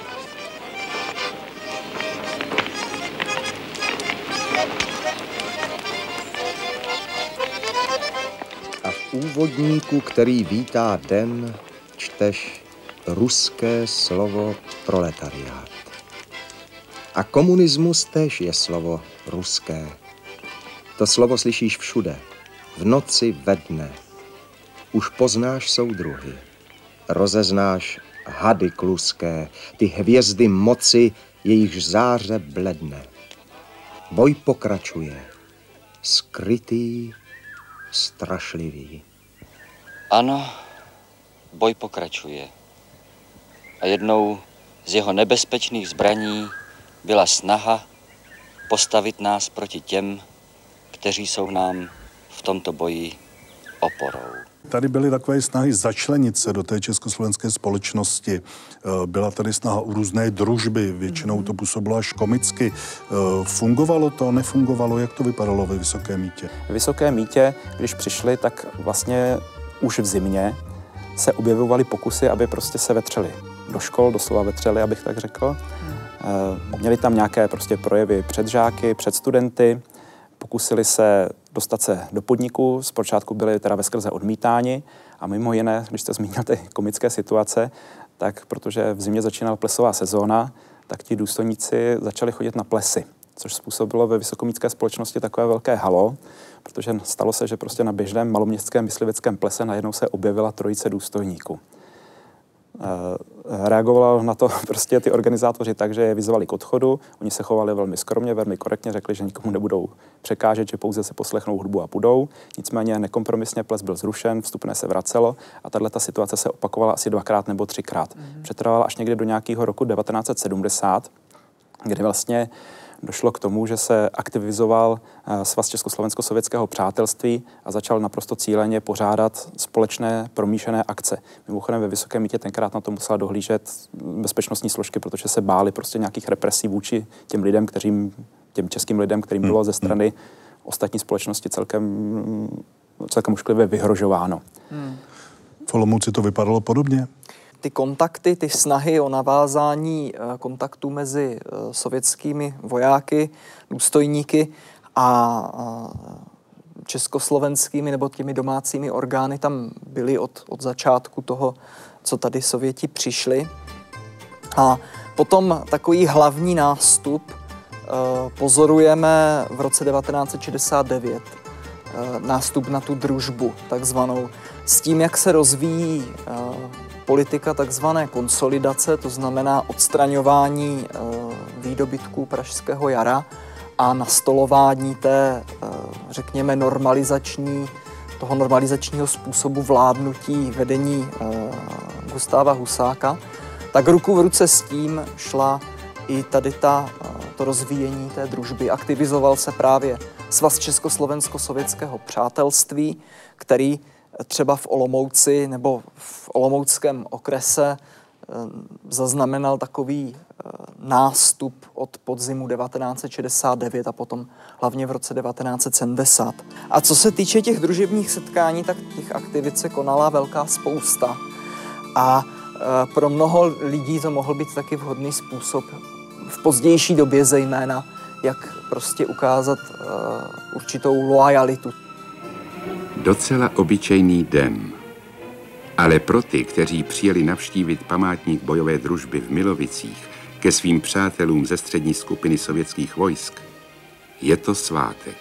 A v úvodníku, který vítá den, čteš ruské slovo proletariát. A komunismus též je slovo ruské. To slovo slyšíš všude, v noci, ve dne. Už poznáš soudruhy, rozeznáš hady kluské, ty hvězdy moci, jejichž záře bledne. Boj pokračuje, skrytý, strašlivý. Ano, boj pokračuje. A jednou z jeho nebezpečných zbraní byla snaha postavit nás proti těm, kteří jsou nám v tomto boji oporou. Tady byly takové snahy začlenit se do té československé společnosti. Byla tady snaha o různé družby, většinou to působilo až komicky. Fungovalo to, nefungovalo? Jak to vypadalo ve Vysoké Mýtě? Ve Vysoké Mýtě, když přišli, tak vlastně už v zimě se objevovaly pokusy, aby prostě se vetřeli do škol, doslova vetřeli, abych tak řekl. Měli tam nějaké prostě projevy před žáky, před studenty, pokusili se dostat se do podniku, zpočátku byli teda veskrze odmítáni a mimo jiné, když jste zmínil ty komické situace, tak protože v zimě začínala plesová sezóna, tak ti důstojníci začali chodit na plesy, což způsobilo ve vysokomístské společnosti takové velké halo, protože stalo se, že prostě na běžném maloměstském mysliveckém plese najednou se objevila trojice důstojníků. Reagovalo na to prostě ty organizátoři tak, že je vyzvali k odchodu. Oni se chovali velmi skromně, velmi korektně, řekli, že nikomu nebudou překážet, že pouze se poslechnou hudbu a půjdou. Nicméně nekompromisně ples byl zrušen, vstupné se vracelo a tato situace se opakovala asi 2x nebo 3x. Přetrvala až někdy do nějakého roku 1970, kdy vlastně došlo k tomu, že se aktivizoval Svaz Československo-sovětského přátelství a začal naprosto cíleně pořádat společné promíšené akce. Mimochodem ve Vysoké Mýtě tenkrát na to musela dohlížet bezpečnostní složky, protože se báli prostě nějakých represí vůči těm lidem, těm českým lidem, kterým bylo ze strany ostatní společnosti celkem ušklivě vyhrožováno. V Olomouci to vypadalo podobně? Ty kontakty, ty snahy o navázání kontaktů mezi sovětskými vojáky, důstojníky a československými nebo těmi domácími orgány tam byly od začátku toho, co tady Sověti přišli. A potom takový hlavní nástup pozorujeme v roce 1969. Nástup na tu družbu takzvanou. S tím, jak se rozvíjí politika takzvané konsolidace, to znamená odstraňování výdobytků Pražského jara a nastolování řekněme, toho normalizačního způsobu vládnutí vedení Gustáva Husáka, tak ruku v ruce s tím šla i tady to rozvíjení té družby. Aktivizoval se právě Svaz Československo-sovětského přátelství, který třeba v Olomouci nebo v olomouckém okrese zaznamenal takový nástup od podzimu 1969 a potom hlavně v roce 1970. A co se týče těch družebních setkání, tak těch aktivit se konala velká spousta. A pro mnoho lidí to mohl být taky vhodný způsob v pozdější době zejména, jak prostě ukázat určitou loajalitu. Docela obyčejný den. Ale pro ty, kteří přijeli navštívit památník bojové družby v Milovicích ke svým přátelům ze střední skupiny sovětských vojsk, je to svátek.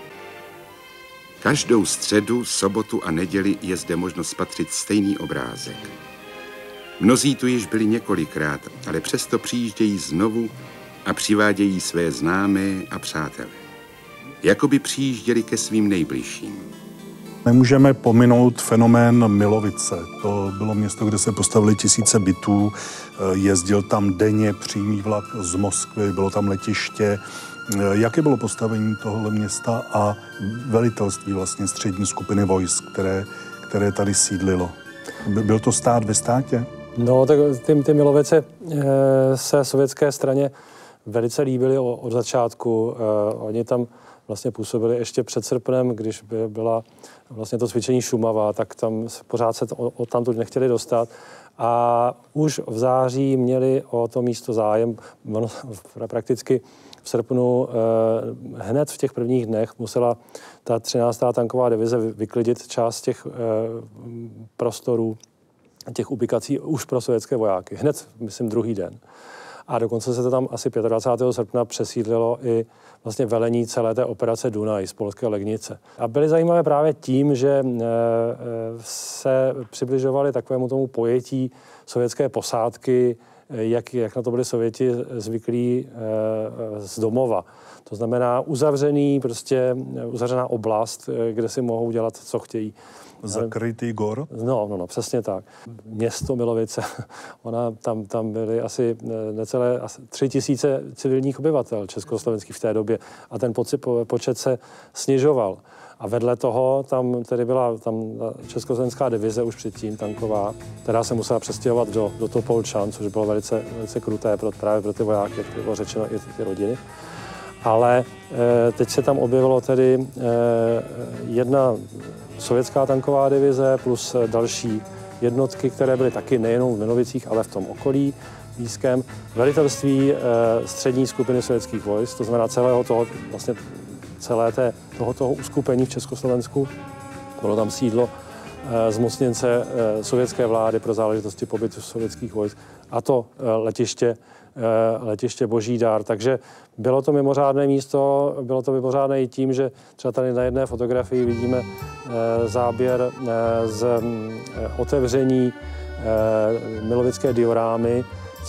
Každou středu, sobotu a neděli je zde možno spatřit stejný obrázek. Mnozí tu již byli několikrát, ale přesto přijíždějí znovu a přivádějí své známé a přátele. Jakoby přijížděli ke svým nejbližším. Nemůžeme pominout fenomén Milovice. To bylo město, kde se postavily tisíce bytů, jezdil tam denně přímý vlak z Moskvy, bylo tam letiště. Jaké bylo postavení tohoto města a velitelství vlastně střední skupiny vojsk, které tady sídlilo? Byl to stát ve státě? No, tak ty Milovice se sovětské straně velice líbily od začátku. Oni tam vlastně působili ještě před srpnem, když byla vlastně to cvičení Šumava, tak tam pořád se odtamtud nechtěli dostat. A už v září měli o to místo zájem. Prakticky v srpnu hned v těch prvních dnech musela ta 13. tanková divize vyklidit část těch prostorů, těch ubikací už pro sovětské vojáky. Hned, myslím, druhý den. A dokonce se to tam asi 25. srpna přesídlilo i vlastně velení celé té operace Dunaj z polské Legnice. A byly zajímavé právě tím, že se přibližovali takovému tomu pojetí sovětské posádky, jak na to byli Sověti zvyklí z domova. To znamená uzavřená oblast, kde si mohou dělat, co chtějí. Zakrytý gorod? No, přesně tak. Město Milovice, tam byly asi necelé 3 000 civilních obyvatel československých v té době a ten počet se snižoval. A vedle toho tam tedy byla československá divize už předtím tanková, která se musela přestěhovat do Topolčan, což bylo velice kruté právě pro ty vojáky, jak to bylo řečeno, i ty rodiny. Ale teď se tam objevilo tedy jedna sovětská tanková divize plus další jednotky, které byly taky nejenom v Milovicích, ale v tom okolí blízkém. Velitelství střední skupiny sovětských vojsk, to znamená tohoto uskupení v Československu. Bylo tam sídlo zmocněnce sovětské vlády pro záležitosti pobytu sovětských vojsk a to letiště Boží dar. Takže bylo to mimořádné místo, bylo to mimořádné i tím, že třeba tady na jedné fotografii vidíme záběr z otevření milovické diorámy,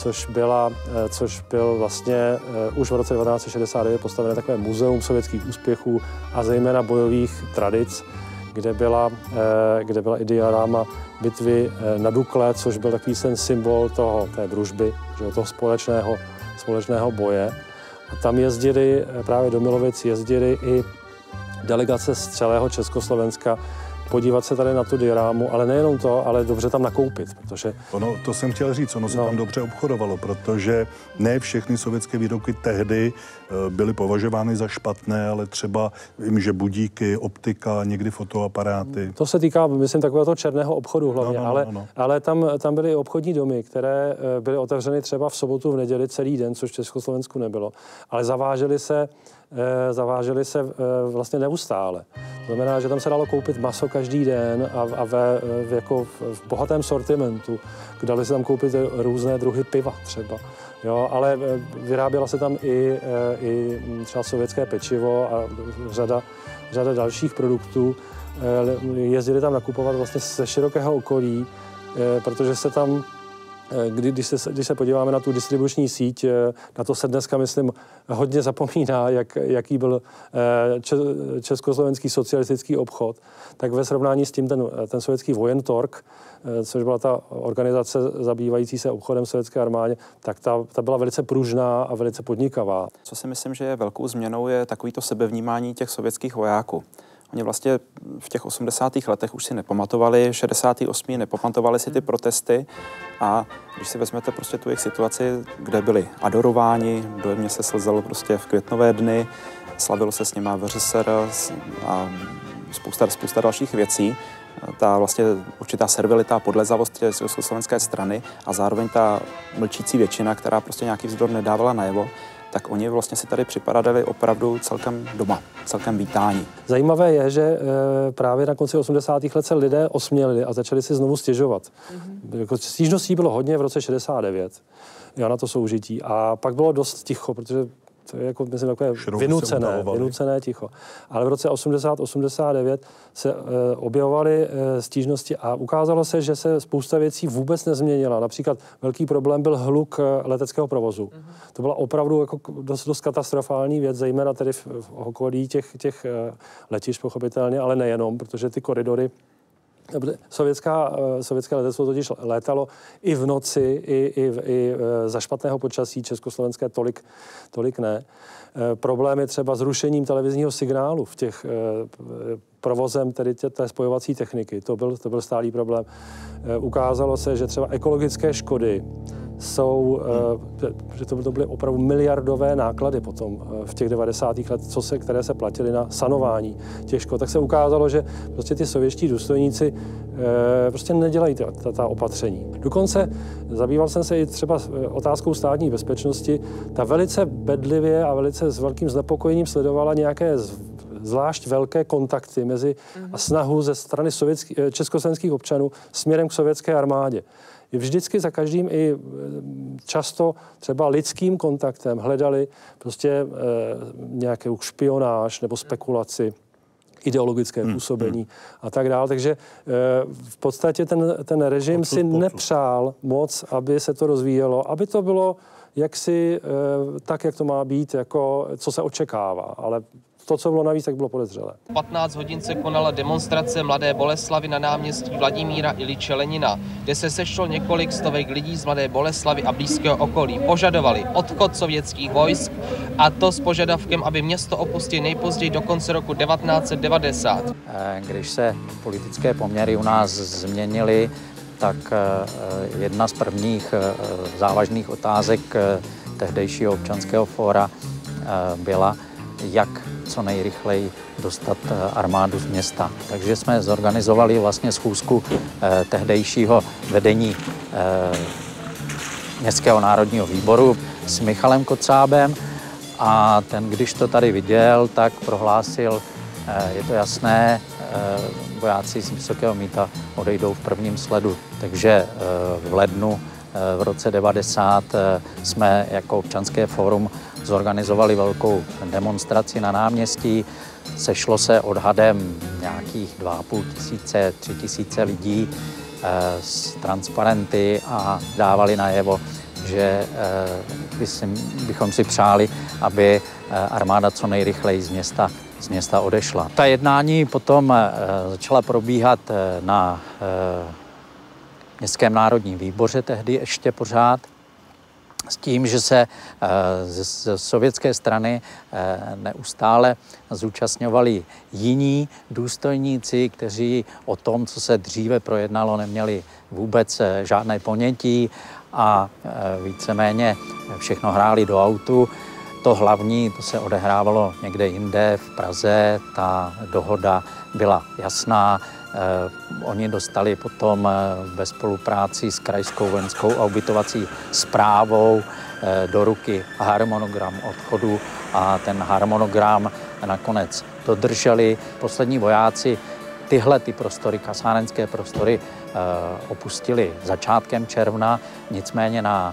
což byl vlastně už v roce 1969 postavené takové muzeum sovětských úspěchů a zejména bojových tradic, kde byla i dioráma bitvy na Dukle, což byl takový ten symbol té družby, toho společného boje. A tam jezdili, právě do Milovic jezdili i delegace z celého Československa podívat se tady na tu diorámu, ale nejenom to, ale dobře tam nakoupit, protože... To jsem chtěl říct, ono se tam dobře obchodovalo, protože ne všechny sovětské výrobky tehdy byly považovány za špatné, ale třeba vím, že budíky, optika, někdy fotoaparáty. To se týká, myslím, takového toho černého obchodu hlavně, ale tam byly obchodní domy, které byly otevřeny třeba v sobotu, v neděli celý den, což v Československu nebylo, ale zavážely se vlastně neustále. To znamená, že tam se dalo koupit maso každý den a v bohatém sortimentu. Dali se tam koupit různé druhy piva třeba. Jo, ale vyráběla se tam i třeba sovětské pečivo a řada dalších produktů. Jezdili tam nakupovat vlastně ze širokého okolí, protože se tam když se podíváme na tu distribuční síť, na to se dneska, myslím, hodně zapomíná, jaký byl československý socialistický obchod, tak ve srovnání s tím ten sovětský Vojentorg, což byla ta organizace zabývající se obchodem v sovětské armádě, tak ta byla velice pružná a velice podnikavá. Co si myslím, že je velkou změnou, je takovýto sebevnímání těch sovětských vojáků. Oni vlastně v těch 80. letech už si nepamatovali, 68. nepamatovali si ty protesty a když si vezmete prostě tu jejich situaci, kde byli adorováni, dojemně se slzelo prostě v květnové dny, slavilo se s nima VŘSR a spousta dalších věcí. Ta vlastně určitá servilita a podlezavost československé strany a zároveň ta mlčící většina, která prostě nějaký vzdor nedávala najevo, tak oni vlastně si tady připadali opravdu celkem doma, celkem vítání. Zajímavé je, že právě na konci 80. let se lidé osmělili a začali si znovu stěžovat. Jako stížností bylo hodně v roce 69, na to soužití. A pak bylo dost ticho, protože to je jako, myslím, takové vynucené ticho. Ale v roce 80-89 se objevovaly stížnosti a ukázalo se, že se spousta věcí vůbec nezměnila. Například velký problém byl hluk leteckého provozu. To byla opravdu jako dost katastrofální věc, zejména tedy v okolí těch letišť pochopitelně, ale nejenom, protože ty koridory Sovětské letectvo totiž létalo i v noci, i za špatného počasí, československé tolik ne. Problém je třeba s rušením televizního signálu v těch provozem tedy té spojovací techniky. To byl stálý problém. Ukázalo se, že třeba ekologické škody jsou, že to byly opravdu miliardové náklady potom v těch 90. let, které se platily na sanování těch škod. Tak se ukázalo, že prostě ty sovětští důstojníci prostě nedělají ta opatření. Dokonce zabýval jsem se i třeba otázkou státní bezpečnosti. Ta velice bedlivě a velice s velkým znepokojením sledovala nějaké zvlášť velké kontakty mezi a snahu ze strany československých občanů směrem k sovětské armádě. Vždycky za každým i často třeba lidským kontaktem hledali prostě nějakou špionáž nebo spekulaci, ideologické působení a tak dále. Takže v podstatě ten režim si nepřál moc, aby se to rozvíjelo, aby to bylo jaksi tak, jak to má být, jako co se očekává. Ale to, co bylo navíc, tak bylo podezřelé. 15 hodin se konala demonstrace Mladé Boleslavi na náměstí Vladimíra Iliče Lenina, kde se sešlo několik stovek lidí z Mladé Boleslavy a blízkého okolí. Požadovali odchod sovětských vojsk a to s požadavkem, aby město opustili nejpozději do konce roku 1990. Když se politické poměry u nás změnily, tak jedna z prvních závažných otázek tehdejšího občanského fóra byla, jak co nejrychleji dostat armádu z města. Takže jsme zorganizovali vlastně schůzku tehdejšího vedení Městského národního výboru s Michalem Kocábem a ten, když to tady viděl, tak prohlásil, je to jasné, vojáci z Vysokého Mýta odejdou v prvním sledu. Takže v lednu v roce 90 jsme jako občanské fórum zorganizovali velkou demonstraci na náměstí. Sešlo se odhadem nějakých 2,5 tisíce, 3 tisíce lidí s transparenty a dávali najevo, že bychom si přáli, aby armáda co nejrychleji z města odešla. Ta jednání potom začala probíhat na Městském národním výboře, tehdy ještě pořád, s tím, že se z sovětské strany neustále zúčastňovali jiní důstojníci, kteří o tom, co se dříve projednalo, neměli vůbec žádné ponětí a víceméně všechno hráli do autu. To hlavní, to se odehrávalo někde jinde v Praze, ta dohoda byla jasná. Oni dostali potom ve spolupráci s krajskou vojenskou a ubytovací správou do ruky harmonogram odchodu a ten harmonogram nakonec dodrželi. Poslední vojáci ty prostory, kasárenské prostory, opustili začátkem června, nicméně na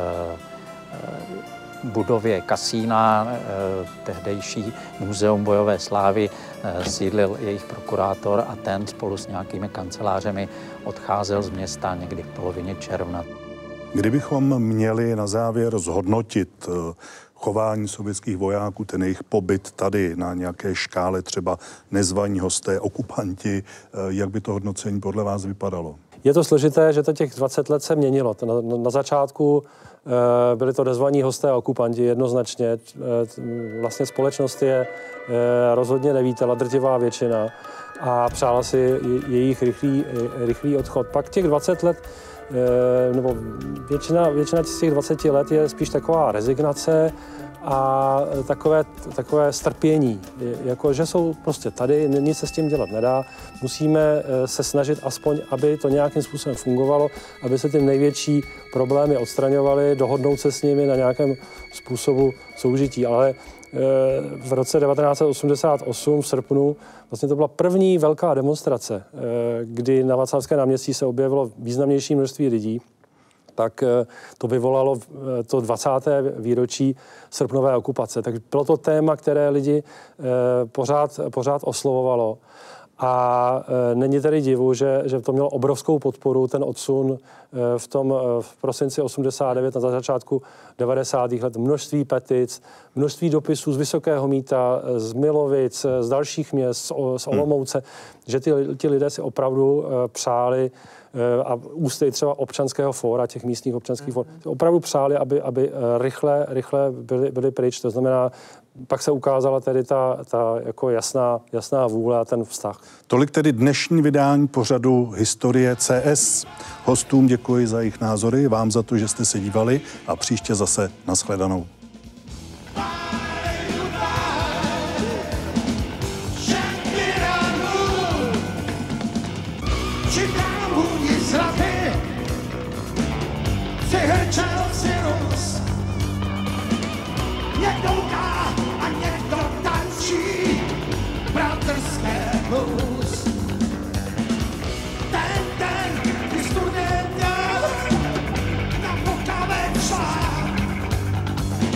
budově kasína, tehdejší muzeum bojové slávy, sídlil jejich prokurátor a ten spolu s nějakými kancelářemi odcházel z města někdy v polovině června. Kdybychom měli na závěr zhodnotit chování sovětských vojáků, ten jejich pobyt tady na nějaké škále třeba nezvaní hosté, okupanti, jak by to hodnocení podle vás vypadalo? Je to složité, že to těch 20 let se měnilo. Na začátku byli to nezvaní hosté a okupanti jednoznačně. Vlastně společnost je rozhodně nevítala, drtivá většina, a přála si jejich rychlý odchod. Pak těch 20 let, nebo většina z těch 20 let je spíš taková rezignace a takové strpění, jako že jsou prostě tady, nic se s tím dělat nedá, musíme se snažit aspoň, aby to nějakým způsobem fungovalo, aby se ty největší problémy odstraňovaly, dohodnout se s nimi na nějakém způsobu soužití. Ale v roce 1988 v srpnu vlastně to byla první velká demonstrace, kdy na Václavském náměstí se objevilo významnější množství lidí. Tak to vyvolalo to 20. výročí srpnové okupace. Tak bylo to téma, které lidi pořád oslovovalo. A není tedy divu, že to mělo obrovskou podporu, ten odsun v prosinci 89 na začátku 90. let. Množství petic, množství dopisů z Vysokého Mýta, z Milovic, z dalších měst, z Olomouce, že ti lidé si opravdu přáli a ústy třeba občanského fóra, těch místních občanských fór, opravdu přáli, aby rychle byli pryč. To znamená, pak se ukázala tedy ta jako jasná vůle a ten vztah. Tolik tedy dnešní vydání pořadu Historie CS. Hostům děkuji za jejich názory, vám za to, že jste se dívali, a příště zase nashledanou. Někdo ká a někdo tančí bratrské blues. Ten, kdy student měl na pokavek šlák,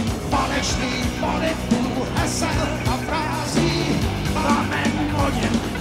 falešný politů, hesel a frází, plamen hodin.